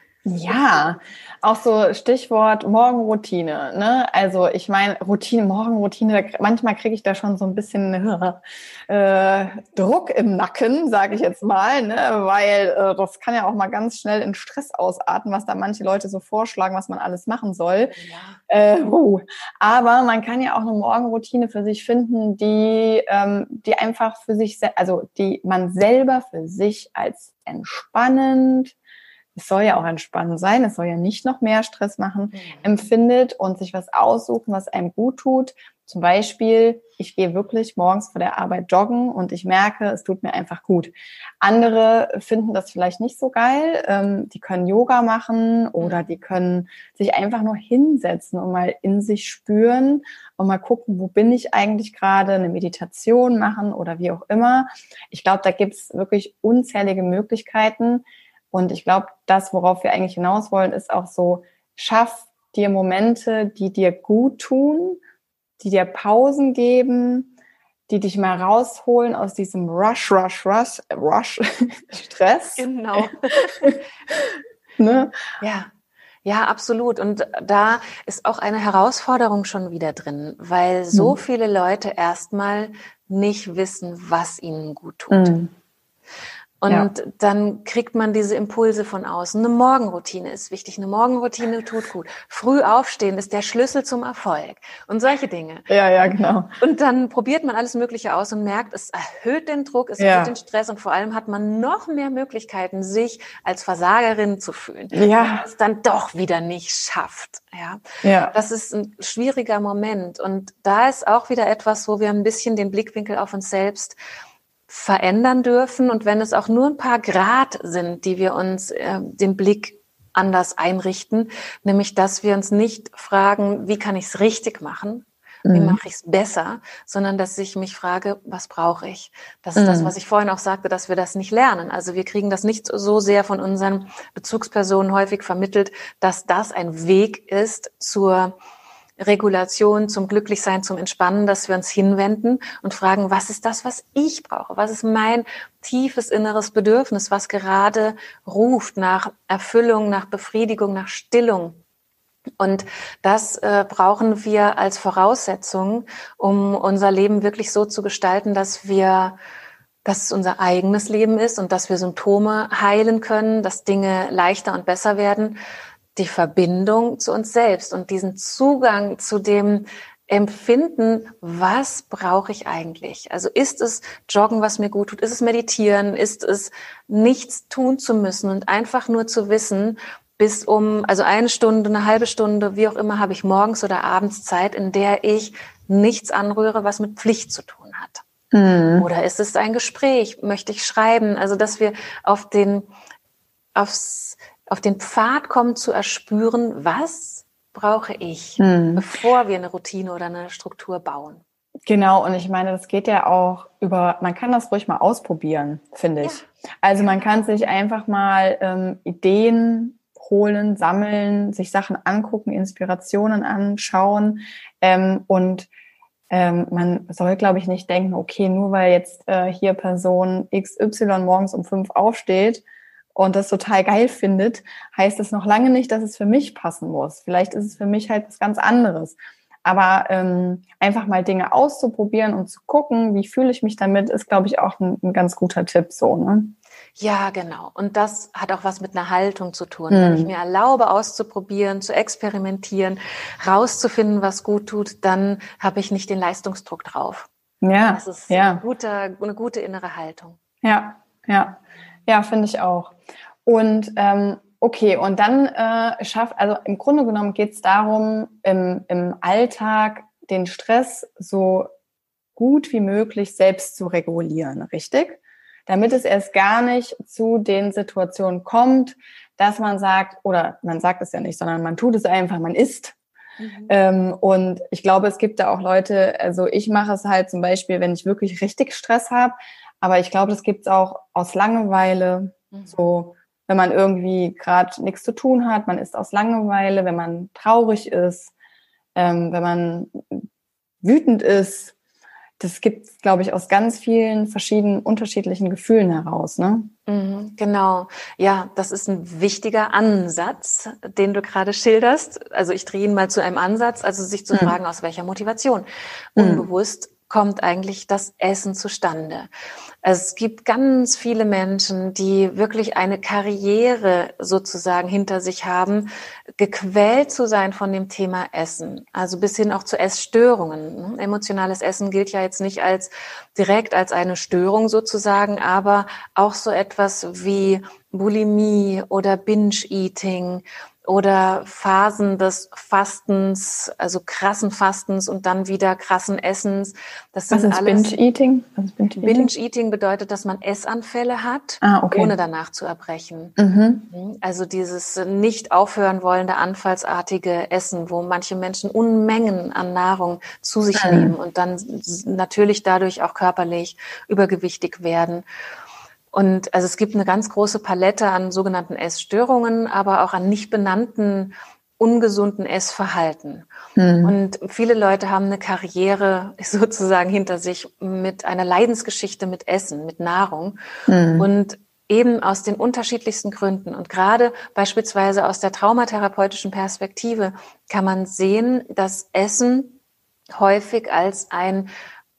Speaker 1: Ja, auch so Stichwort Morgenroutine, ne? Also ich meine, Routine, Morgenroutine, manchmal kriege ich da schon so ein bisschen äh, Druck im Nacken, sage ich jetzt mal, ne? Weil äh, das kann ja auch mal ganz schnell in Stress ausarten, was da manche Leute so vorschlagen, was man alles machen soll. Ja. Äh, uh. Aber man kann ja auch eine Morgenroutine für sich finden, die, ähm, die einfach für sich, also die man selber für sich als entspannend, es soll ja auch entspannend sein, es soll ja nicht noch mehr Stress machen, mhm. empfindet und sich was aussuchen, was einem gut tut. Zum Beispiel, ich gehe wirklich morgens vor der Arbeit joggen und ich merke, es tut mir einfach gut. Andere finden das vielleicht nicht so geil, ähm, die können Yoga machen oder die können sich einfach nur hinsetzen und mal in sich spüren und mal gucken, wo bin ich eigentlich gerade, eine Meditation machen oder wie auch immer. Ich glaube, da gibt's wirklich unzählige Möglichkeiten. Und ich glaube, das, worauf wir eigentlich hinaus wollen, ist auch so, schaff dir Momente, die dir gut tun, die dir Pausen geben, die dich mal rausholen aus diesem Rush, Rush, Rush, Rush, Stress.
Speaker 2: Genau. Ne? Ja. Ja, absolut. Und da ist auch eine Herausforderung schon wieder drin, weil so mhm. viele Leute erstmal nicht wissen, was ihnen gut tut. Mhm. Und ja. dann kriegt man diese Impulse von außen. Eine Morgenroutine ist wichtig. Eine Morgenroutine tut gut. Früh aufstehen ist der Schlüssel zum Erfolg. Und solche Dinge.
Speaker 1: Ja, ja, genau.
Speaker 2: Und dann probiert man alles Mögliche aus und merkt, es erhöht den Druck, es erhöht ja. den Stress und vor allem hat man noch mehr Möglichkeiten, sich als Versagerin zu fühlen. Ja. Wenn man es dann doch wieder nicht schafft. Ja. Ja. Das ist ein schwieriger Moment. Und da ist auch wieder etwas, wo wir ein bisschen den Blickwinkel auf uns selbst verändern dürfen, und wenn es auch nur ein paar Grad sind, die wir uns äh, den Blick anders einrichten, nämlich dass wir uns nicht fragen, wie kann ich es richtig machen, mhm. wie mache ich es besser, sondern dass ich mich frage, was brauche ich? Das ist mhm. das, was ich vorhin auch sagte, dass wir das nicht lernen. Also wir kriegen das nicht so sehr von unseren Bezugspersonen häufig vermittelt, dass das ein Weg ist zur Regulation, zum Glücklichsein, zum Entspannen, dass wir uns hinwenden und fragen, was ist das, was ich brauche? Was ist mein tiefes inneres Bedürfnis, was gerade ruft nach Erfüllung, nach Befriedigung, nach Stillung? Und das äh, brauchen wir als Voraussetzung, um unser Leben wirklich so zu gestalten, dass wir, dass es unser eigenes Leben ist und dass wir Symptome heilen können, dass Dinge leichter und besser werden. Die Verbindung zu uns selbst und diesen Zugang zu dem Empfinden, was brauche ich eigentlich? Also ist es Joggen, was mir gut tut? Ist es Meditieren? Ist es nichts tun zu müssen und einfach nur zu wissen, bis um, also eine Stunde, eine halbe Stunde, wie auch immer, habe ich morgens oder abends Zeit, in der ich nichts anrühre, was mit Pflicht zu tun hat. Mhm. Oder ist es ein Gespräch? Möchte ich schreiben? Also, dass wir auf den, aufs, auf den Pfad kommen zu erspüren, was brauche ich, mhm. bevor wir eine Routine oder eine Struktur bauen.
Speaker 1: Genau, und ich meine, das geht ja auch über, man kann das ruhig mal ausprobieren, finde ich. Ja. Also man kann sich einfach mal ähm, Ideen holen, sammeln, sich Sachen angucken, Inspirationen anschauen ähm, und ähm, man soll, glaube ich, nicht denken, okay, nur weil jetzt äh, hier Person X Y morgens um fünf aufsteht und das total geil findet, heißt das noch lange nicht, dass es für mich passen muss. Vielleicht ist es für mich halt was ganz anderes. Aber ähm, einfach mal Dinge auszuprobieren und zu gucken, wie fühle ich mich damit, ist, glaube ich, auch ein, ein ganz guter Tipp, so, ne?
Speaker 2: Ja, genau. Und das hat auch was mit einer Haltung zu tun. Mhm. Wenn ich mir erlaube, auszuprobieren, zu experimentieren, rauszufinden, was gut tut, dann habe ich nicht den Leistungsdruck drauf.
Speaker 1: Ja,
Speaker 2: das ist
Speaker 1: ja.
Speaker 2: Eine, gute, eine gute innere Haltung.
Speaker 1: Ja, ja, ja, finde ich auch. Und ähm, okay, und dann äh, schafft, also im Grunde genommen geht es darum, im, im Alltag den Stress so gut wie möglich selbst zu regulieren, richtig? Damit es erst gar nicht zu den Situationen kommt, dass man sagt, oder man sagt es ja nicht, sondern man tut es einfach, man isst. Mhm. Ähm, und ich glaube, es gibt da auch Leute, also ich mache es halt zum Beispiel, wenn ich wirklich richtig Stress habe, aber ich glaube, das gibt es auch aus Langeweile, mhm. so wenn man irgendwie gerade nichts zu tun hat, man isst aus Langeweile, wenn man traurig ist, ähm, wenn man wütend ist. Das gibt es, glaube ich, aus ganz vielen verschiedenen, unterschiedlichen Gefühlen heraus, ne?
Speaker 2: Mhm, genau. Ja, das ist ein wichtiger Ansatz, den du gerade schilderst. Also ich drehe ihn mal zu einem Ansatz, also sich zu mhm. fragen, aus welcher Motivation unbewusst mhm. kommt eigentlich das Essen zustande. Es gibt ganz viele Menschen, die wirklich eine Karriere sozusagen hinter sich haben, gequält zu sein von dem Thema Essen. Also bis hin auch zu Essstörungen. Emotionales Essen gilt ja jetzt nicht als direkt als eine Störung sozusagen, aber auch so etwas wie Bulimie oder Binge-Eating oder Phasen des Fastens, also krassen Fastens und dann wieder krassen Essens. Das sind
Speaker 1: Was ist
Speaker 2: alles
Speaker 1: Binge-Eating? Was ist Binge-Eating?
Speaker 2: Binge-Eating bedeutet, dass man Essanfälle hat,
Speaker 1: ah, okay.
Speaker 2: ohne danach zu erbrechen. Mhm. Also dieses nicht aufhören wollende, anfallsartige Essen, wo manche Menschen Unmengen an Nahrung zu sich mhm. nehmen und dann natürlich dadurch auch körperlich übergewichtig werden. Und also es gibt eine ganz große Palette an sogenannten Essstörungen, aber auch an nicht benannten, ungesunden Essverhalten. Mhm. Und viele Leute haben eine Karriere sozusagen hinter sich mit einer Leidensgeschichte mit Essen, mit Nahrung. Mhm. Und eben aus den unterschiedlichsten Gründen. Und gerade beispielsweise aus der traumatherapeutischen Perspektive kann man sehen, dass Essen häufig als ein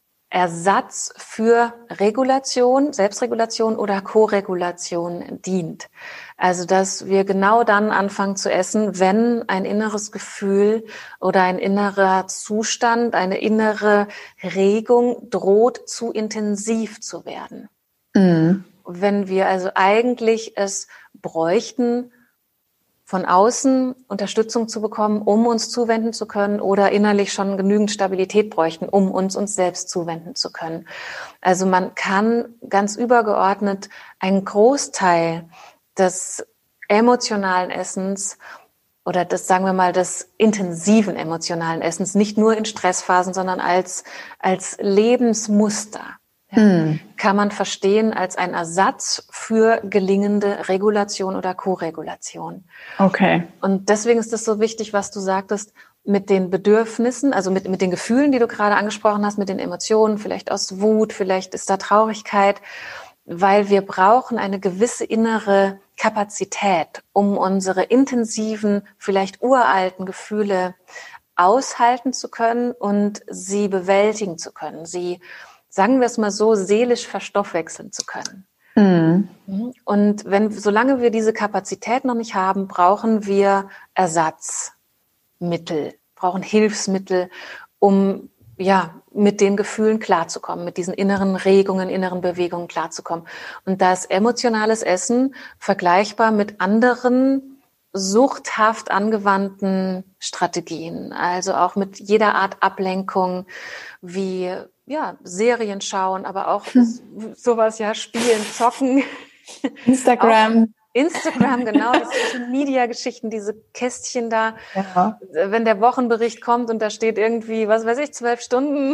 Speaker 2: Ersatz für Regulation, Selbstregulation oder Koregulation dient. Also, dass wir genau dann anfangen zu essen, wenn ein inneres Gefühl oder ein innerer Zustand, eine innere Regung droht, zu intensiv zu werden. Mhm. Wenn wir also eigentlich es bräuchten, von außen Unterstützung zu bekommen, um uns zuwenden zu können oder innerlich schon genügend Stabilität bräuchten, um uns uns selbst zuwenden zu können. Also man kann ganz übergeordnet einen Großteil des emotionalen Essens oder das, sagen wir mal, des intensiven emotionalen Essens, nicht nur in Stressphasen, sondern als, als Lebensmuster Ja, mhm. kann man verstehen als ein Ersatz für gelingende Regulation oder Koregulation.
Speaker 1: Okay.
Speaker 2: Und deswegen ist es so wichtig, was du sagtest, mit den Bedürfnissen, also mit, mit den Gefühlen, die du gerade angesprochen hast, mit den Emotionen, vielleicht aus Wut, vielleicht ist da Traurigkeit, weil wir brauchen eine gewisse innere Kapazität, um unsere intensiven, vielleicht uralten Gefühle aushalten zu können und sie bewältigen zu können, sie, sagen wir es mal so, seelisch verstoffwechseln zu können. Mhm. Und wenn, solange wir diese Kapazität noch nicht haben, brauchen wir Ersatzmittel, brauchen Hilfsmittel, um ja mit den Gefühlen klarzukommen, mit diesen inneren Regungen, inneren Bewegungen klarzukommen. Und da ist emotionales Essen vergleichbar mit anderen suchthaft angewandten Strategien, also auch mit jeder Art Ablenkung wie ja Serien schauen, aber auch sowas ja spielen, zocken,
Speaker 1: Instagram.
Speaker 2: Instagram, genau, das Social Media Geschichten, diese Kästchen da,
Speaker 1: ja.
Speaker 2: Wenn der Wochenbericht kommt und da steht irgendwie, was weiß ich, zwölf Stunden.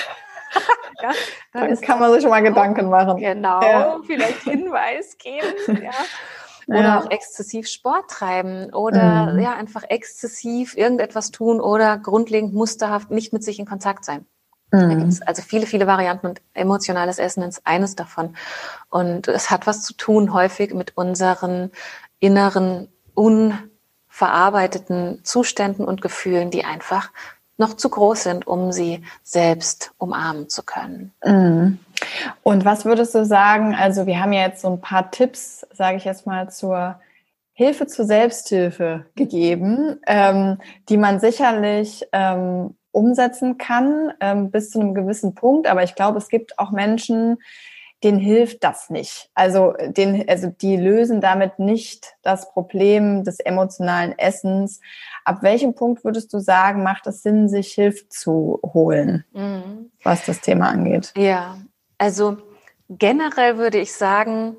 Speaker 1: ja, dann, dann ist kann man sich schon mal Gedanken machen.
Speaker 2: Genau, ja. Vielleicht Hinweis geben, ja. Oder ja. auch exzessiv Sport treiben oder mhm. ja einfach exzessiv irgendetwas tun oder grundlegend musterhaft nicht mit sich in Kontakt sein. Mhm. Da gibt es also viele, viele Varianten und emotionales Essen ist eines davon. Und es hat was zu tun häufig mit unseren inneren, unverarbeiteten Zuständen und Gefühlen, die einfach noch zu groß sind, um sie selbst umarmen zu können.
Speaker 1: Mhm. Und was würdest du sagen, also wir haben ja jetzt so ein paar Tipps, sage ich jetzt mal, zur Hilfe zur Selbsthilfe gegeben, ähm, die man sicherlich ähm, umsetzen kann ähm, bis zu einem gewissen Punkt. Aber ich glaube, es gibt auch Menschen, denen hilft das nicht. Also, den, also die lösen damit nicht das Problem des emotionalen Essens. Ab welchem Punkt würdest du sagen, macht es Sinn, sich Hilfe zu holen, mhm. was das Thema angeht?
Speaker 2: Ja, also generell würde ich sagen,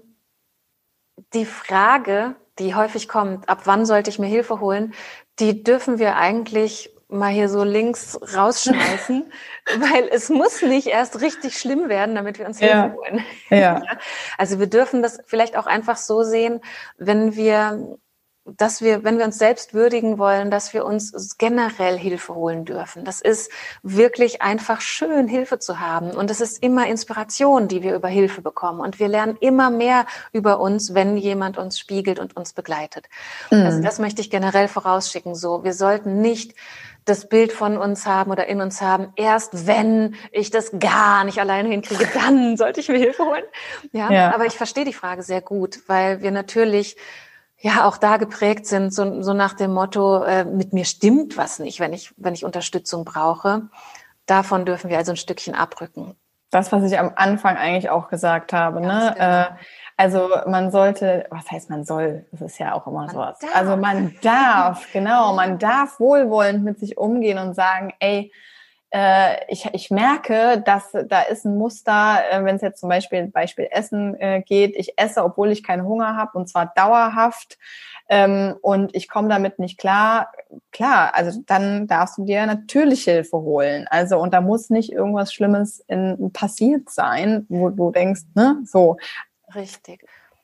Speaker 2: die Frage, die häufig kommt, ab wann sollte ich mir Hilfe holen, die dürfen wir eigentlich mal hier so links rausschmeißen, weil es muss nicht erst richtig schlimm werden, damit wir uns Hilfe
Speaker 1: ja.
Speaker 2: holen.
Speaker 1: Ja.
Speaker 2: Also wir dürfen das vielleicht auch einfach so sehen, wenn wir dass wir, wenn wir uns selbst würdigen wollen, dass wir uns generell Hilfe holen dürfen. Das ist wirklich einfach schön, Hilfe zu haben. Und es ist immer Inspiration, die wir über Hilfe bekommen. Und wir lernen immer mehr über uns, wenn jemand uns spiegelt und uns begleitet. Mhm. Also das möchte ich generell vorausschicken. So, wir sollten nicht das Bild von uns haben oder in uns haben, erst wenn ich das gar nicht alleine hinkriege, dann sollte ich mir Hilfe holen. Ja, ja. Aber ich verstehe die Frage sehr gut, weil wir natürlich ja auch da geprägt sind, so, so nach dem Motto, äh, mit mir stimmt was nicht, wenn ich, wenn ich Unterstützung brauche. Davon dürfen wir also ein Stückchen abrücken.
Speaker 1: Das, was ich am Anfang eigentlich auch gesagt habe, Ganz ne?
Speaker 2: Genau.
Speaker 1: Äh, also man sollte, was heißt man soll? Das ist ja auch immer man sowas. Darf. Also man darf, genau, man darf wohlwollend mit sich umgehen und sagen, ey, äh, ich, ich merke, dass da ist ein Muster, äh, wenn es jetzt zum Beispiel Beispiel Essen äh, geht. Ich esse, obwohl ich keinen Hunger habe, und zwar dauerhaft. Ähm, und ich komme damit nicht klar. Klar, also dann darfst du dir natürlich Hilfe holen. Also und da muss nicht irgendwas Schlimmes in, passiert sein, wo du denkst, ne, so.
Speaker 2: Richtig.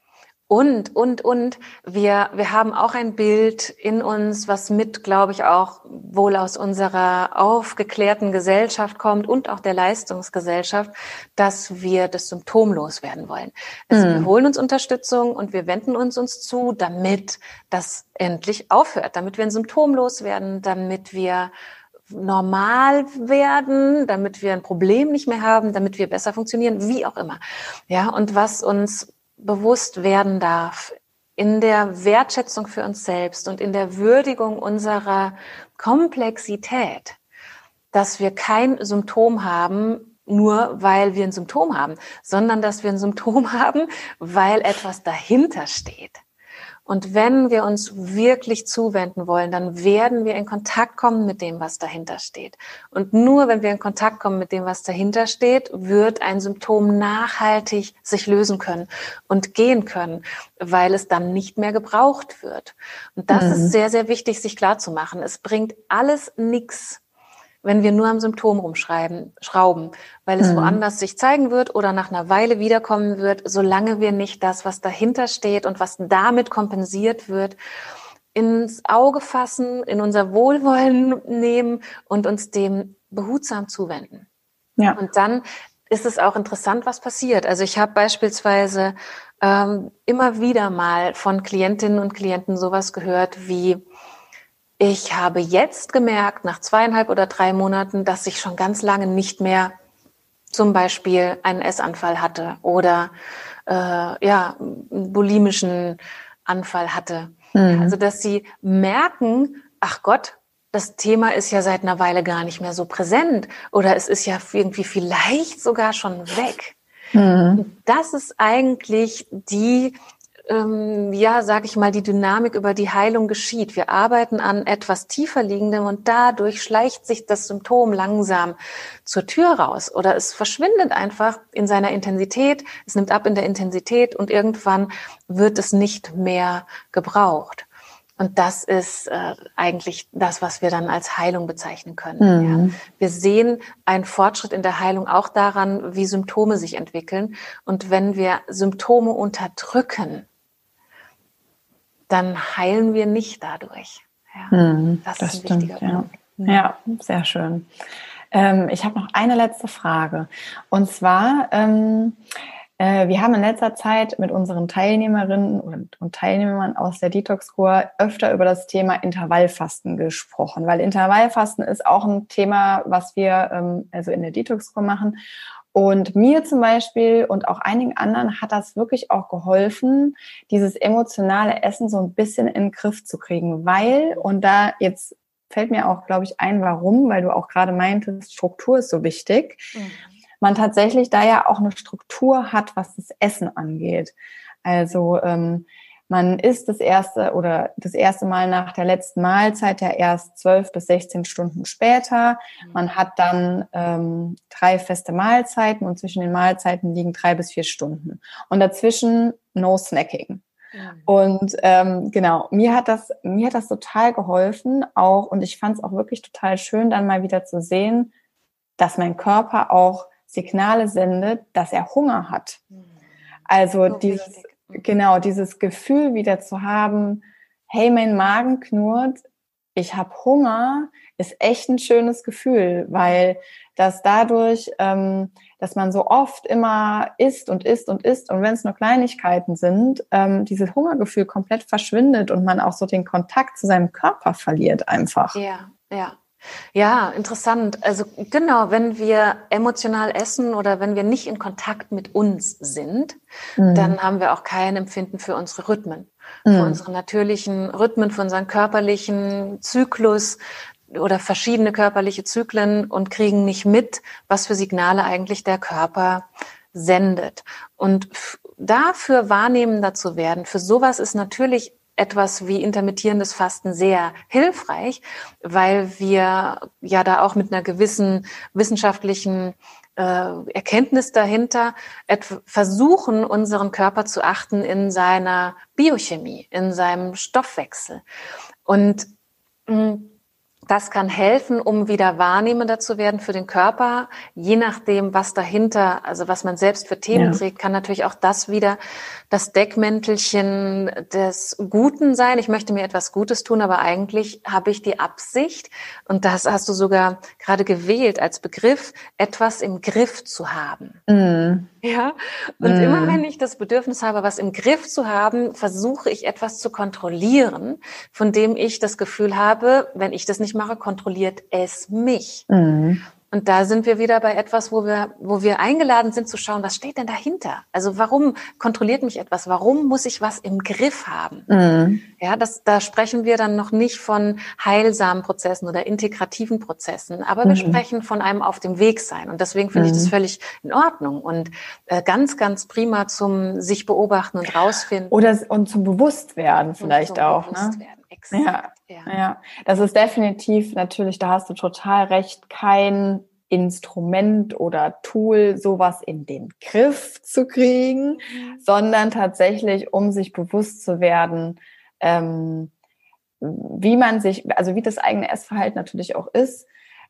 Speaker 2: Und, und, und, wir, wir haben auch ein Bild in uns, was mit, glaube ich, auch wohl aus unserer aufgeklärten Gesellschaft kommt und auch der Leistungsgesellschaft, dass wir das symptomlos werden wollen. Also mhm. wir holen uns Unterstützung und wir wenden uns uns zu, damit das endlich aufhört, damit wir ein symptomlos werden, damit wir normal werden, damit wir ein Problem nicht mehr haben, damit wir besser funktionieren, wie auch immer. Ja, und was uns bewusst werden darf in der Wertschätzung für uns selbst und in der Würdigung unserer Komplexität, dass wir kein Symptom haben, nur weil wir ein Symptom haben, sondern dass wir ein Symptom haben, weil etwas dahinter steht. Und wenn wir uns wirklich zuwenden wollen, dann werden wir in Kontakt kommen mit dem, was dahinter steht. Und nur wenn wir in Kontakt kommen mit dem, was dahinter steht, wird ein Symptom nachhaltig sich lösen können und gehen können, weil es dann nicht mehr gebraucht wird. Und das mhm. ist sehr, sehr wichtig, sich klarzumachen. Es bringt alles nichts, wenn wir nur am Symptom rumschreiben, schrauben, weil es mhm. woanders sich zeigen wird oder nach einer Weile wiederkommen wird, solange wir nicht das, was dahinter steht und was damit kompensiert wird, ins Auge fassen, in unser Wohlwollen nehmen und uns dem behutsam zuwenden. Ja. Und dann ist es auch interessant, was passiert. Also ich habe beispielsweise ähm, immer wieder mal von Klientinnen und Klienten sowas gehört wie: Ich habe jetzt gemerkt, nach zweieinhalb oder drei Monaten, dass ich schon ganz lange nicht mehr zum Beispiel einen Essanfall hatte oder äh, ja, einen bulimischen Anfall hatte. Mhm. Also dass sie merken, ach Gott, das Thema ist ja seit einer Weile gar nicht mehr so präsent oder es ist ja irgendwie vielleicht sogar schon weg. Mhm. Und das ist eigentlich die Ähm, ja, sag ich mal, die Dynamik, über die Heilung geschieht. Wir arbeiten an etwas tiefer liegendem und dadurch schleicht sich das Symptom langsam zur Tür raus oder es verschwindet einfach in seiner Intensität, es nimmt ab in der Intensität und irgendwann wird es nicht mehr gebraucht. Und das ist äh, eigentlich das, was wir dann als Heilung bezeichnen können. Mhm. Ja. Wir sehen einen Fortschritt in der Heilung auch daran, wie Symptome sich entwickeln. Und wenn wir Symptome unterdrücken, dann heilen wir nicht dadurch. Ja,
Speaker 1: hm, das, das ist ein stimmt, wichtiger Punkt. Ja. ja, sehr schön. Ähm, ich habe noch eine letzte Frage. Und zwar, ähm, äh, wir haben in letzter Zeit mit unseren Teilnehmerinnen und, und Teilnehmern aus der Detox-Kur öfter über das Thema Intervallfasten gesprochen, weil Intervallfasten ist auch ein Thema, was wir ähm, also in der Detox-Kur machen. Und mir zum Beispiel und auch einigen anderen hat das wirklich auch geholfen, dieses emotionale Essen so ein bisschen in den Griff zu kriegen, weil, und da jetzt fällt mir auch, glaube ich, ein, warum, weil du auch gerade meintest, Struktur ist so wichtig, mhm. man tatsächlich da ja auch eine Struktur hat, was das Essen angeht. Also ähm, man isst das erste oder das erste Mal nach der letzten Mahlzeit ja erst zwölf bis sechzehn Stunden später. Man hat dann ähm, drei feste Mahlzeiten und zwischen den Mahlzeiten liegen drei bis vier Stunden. Und dazwischen no snacking. Mhm. Und ähm, genau, mir hat das mir hat das total geholfen auch und ich fand es auch wirklich total schön, dann mal wieder zu sehen, dass mein Körper auch Signale sendet, dass er Hunger hat. Mhm. Also so dieses wichtig. Genau, dieses Gefühl wieder zu haben, hey, mein Magen knurrt, ich habe Hunger, ist echt ein schönes Gefühl, weil das dadurch, ähm, dass man so oft immer isst und isst und isst und wenn es nur Kleinigkeiten sind, ähm, dieses Hungergefühl komplett verschwindet und man auch so den Kontakt zu seinem Körper verliert einfach.
Speaker 2: Ja, ja. Ja, interessant. Also genau, wenn wir emotional essen oder wenn wir nicht in Kontakt mit uns sind, mhm. dann haben wir auch kein Empfinden für unsere Rhythmen, mhm. für unsere natürlichen Rhythmen, für unseren körperlichen Zyklus oder verschiedene körperliche Zyklen und kriegen nicht mit, was für Signale eigentlich der Körper sendet. Und f- dafür wahrnehmender zu werden, für sowas ist natürlich etwas wie intermittierendes Fasten sehr hilfreich, weil wir ja da auch mit einer gewissen wissenschaftlichen äh, Erkenntnis dahinter et- versuchen, unseren Körper zu achten in seiner Biochemie, in seinem Stoffwechsel. Und mh, das kann helfen, um wieder wahrnehmender zu werden für den Körper. Je nachdem, was dahinter, also was man selbst für Themen ja. trägt, kann natürlich auch das wieder das Deckmäntelchen des Guten sein. Ich möchte mir etwas Gutes tun, aber eigentlich habe ich die Absicht, und das hast du sogar gerade gewählt als Begriff, etwas im Griff zu haben. Mm. Ja. Und mm. immer wenn ich das Bedürfnis habe, was im Griff zu haben, versuche ich etwas zu kontrollieren, von dem ich das Gefühl habe, wenn ich das nicht mache, kontrolliert es mich. Mm. Und da sind wir wieder bei etwas, wo wir, wo wir eingeladen sind zu schauen, was steht denn dahinter? Also warum kontrolliert mich etwas? Warum muss ich was im Griff haben? Mhm. Ja, das, da sprechen wir dann noch nicht von heilsamen Prozessen oder integrativen Prozessen, aber wir mhm. sprechen von einem auf dem Weg sein. Und deswegen finde mhm. ich das völlig in Ordnung und äh, ganz, ganz prima zum sich beobachten und rausfinden.
Speaker 1: Oder und zum Bewusstwerden vielleicht zum auch. Bewusstwerden. Ne? Ja, ja. ja, das ist definitiv natürlich, da hast du total recht, kein Instrument oder Tool, sowas in den Griff zu kriegen, mhm. sondern tatsächlich, um sich bewusst zu werden, ähm, wie man sich, also wie das eigene Essverhalten natürlich auch ist,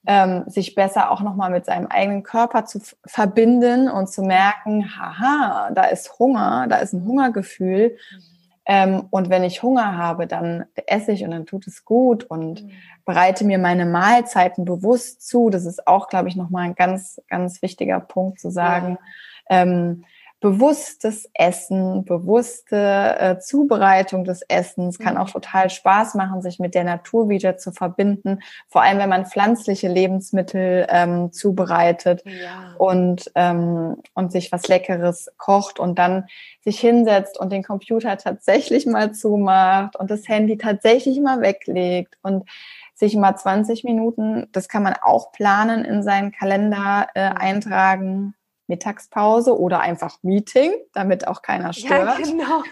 Speaker 1: ähm, sich besser auch nochmal mit seinem eigenen Körper zu f- verbinden und zu merken, haha, da ist Hunger, da ist ein Hungergefühl. Ähm, und wenn ich Hunger habe, dann esse ich und dann tut es gut und bereite mir meine Mahlzeiten bewusst zu. Das ist auch, glaube ich, nochmal ein ganz, ganz wichtiger Punkt zu sagen. Ja. Ähm, bewusstes Essen, bewusste äh, Zubereitung des Essens kann auch total Spaß machen, sich mit der Natur wieder zu verbinden. Vor allem, wenn man pflanzliche Lebensmittel ähm, zubereitet ja. und ähm, und sich was Leckeres kocht und dann sich hinsetzt und den Computer tatsächlich mal zumacht und das Handy tatsächlich mal weglegt und sich mal zwanzig Minuten, das kann man auch planen, in seinen Kalender äh, eintragen. Mittagspause oder einfach Meeting, damit auch keiner stört.
Speaker 2: Ja, genau.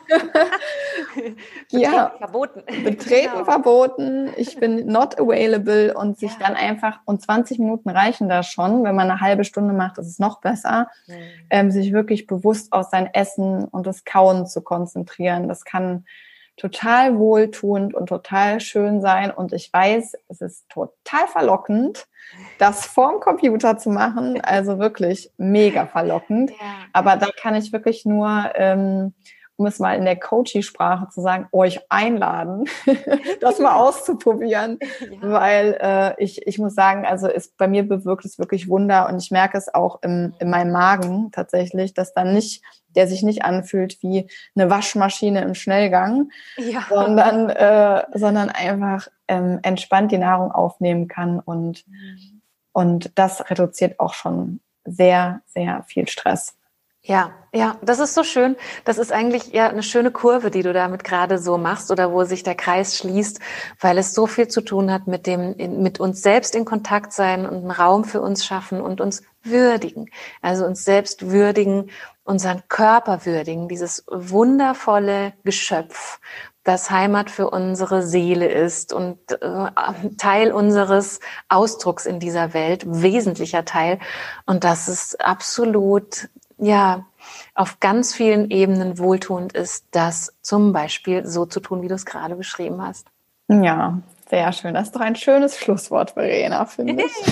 Speaker 1: ja,
Speaker 2: Betreten verboten.
Speaker 1: Betreten genau. verboten. Ich bin not available und sich ja. dann einfach, und zwanzig Minuten reichen da schon. Wenn man eine halbe Stunde macht, ist es noch besser, mhm. ähm, sich wirklich bewusst auf sein Essen und das Kauen zu konzentrieren. Das kann total wohltuend und total schön sein. Und ich weiß, es ist total verlockend, das vorm Computer zu machen. Also wirklich mega verlockend. Ja. Aber da kann ich wirklich nur, ähm, um es mal in der Coaching-Sprache zu sagen, euch einladen, das mal auszuprobieren. Ja. Weil äh, ich, ich muss sagen, also ist, bei mir bewirkt es wirklich Wunder. Und ich merke es auch im, in meinem Magen tatsächlich, dass dann nicht der sich nicht anfühlt wie eine Waschmaschine im Schnellgang, ja. sondern, äh, sondern einfach ähm, entspannt die Nahrung aufnehmen kann. Und, mhm. und das reduziert auch schon sehr, sehr viel Stress.
Speaker 2: Ja, ja, das ist so schön. Das ist eigentlich ja eine schöne Kurve, die du damit gerade so machst oder wo sich der Kreis schließt, weil es so viel zu tun hat mit dem, mit uns selbst in Kontakt sein und einen Raum für uns schaffen und uns würdigen. Also uns selbst würdigen, unseren Körper würdigen, dieses wundervolle Geschöpf, das Heimat für unsere Seele ist und äh, Teil unseres Ausdrucks in dieser Welt, wesentlicher Teil. Und das ist absolut ja, auf ganz vielen Ebenen wohltuend ist, das zum Beispiel so zu tun, wie du es gerade beschrieben hast.
Speaker 1: Ja, sehr schön. Das ist doch ein schönes Schlusswort, Verena, finde ich.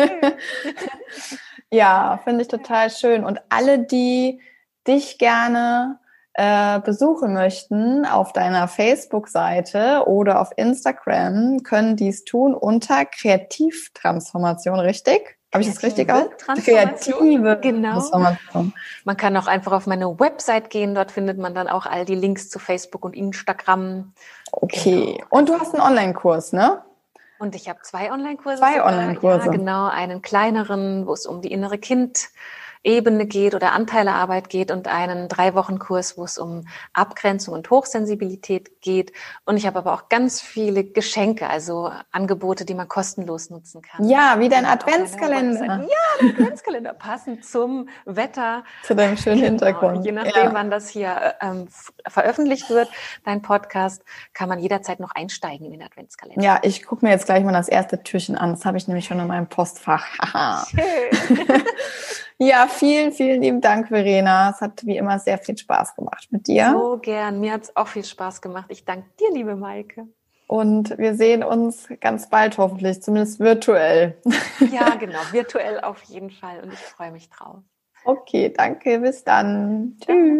Speaker 1: Ja, finde ich total schön. Und alle, die dich gerne äh, besuchen möchten auf deiner Facebook-Seite oder auf Instagram, können dies tun unter Kreativtransformation, richtig? Habe ich das richtig aus?
Speaker 2: Kreative genau. Transformation. Man kann auch einfach auf meine Website gehen. Dort findet man dann auch all die Links zu Facebook und Instagram.
Speaker 1: Okay. Genau. Und du hast einen Online-Kurs, ne?
Speaker 2: Und ich habe zwei Online-Kurse.
Speaker 1: Zwei Online-Kurse.
Speaker 2: Ja, genau. Einen kleineren, wo es um die innere Kind Ebene geht oder Anteilearbeit geht und einen Drei-Wochen-Kurs, wo es um Abgrenzung und Hochsensibilität geht. Und ich habe aber auch ganz viele Geschenke, also Angebote, die man kostenlos nutzen kann.
Speaker 1: Ja, wie dein Adventskalender.
Speaker 2: Ja, der Adventskalender, passend zum Wetter.
Speaker 1: Zu deinem schönen
Speaker 2: Genau.
Speaker 1: Hintergrund.
Speaker 2: Je nachdem, ja. wann das hier ähm, veröffentlicht wird, dein Podcast, kann man jederzeit noch einsteigen in den Adventskalender.
Speaker 1: Ja, ich gucke mir jetzt gleich mal das erste Türchen an. Das habe ich nämlich schon in meinem Postfach. Schön. Ja, vielen, vielen lieben Dank, Verena. Es hat wie immer sehr viel Spaß gemacht mit dir.
Speaker 2: So gern. Mir hat es auch viel Spaß gemacht. Ich danke dir, liebe Maike.
Speaker 1: Und wir sehen uns ganz bald hoffentlich, zumindest virtuell.
Speaker 2: Ja, genau. Virtuell auf jeden Fall. Und ich freue mich drauf.
Speaker 1: Okay, danke. Bis dann. Tschüss.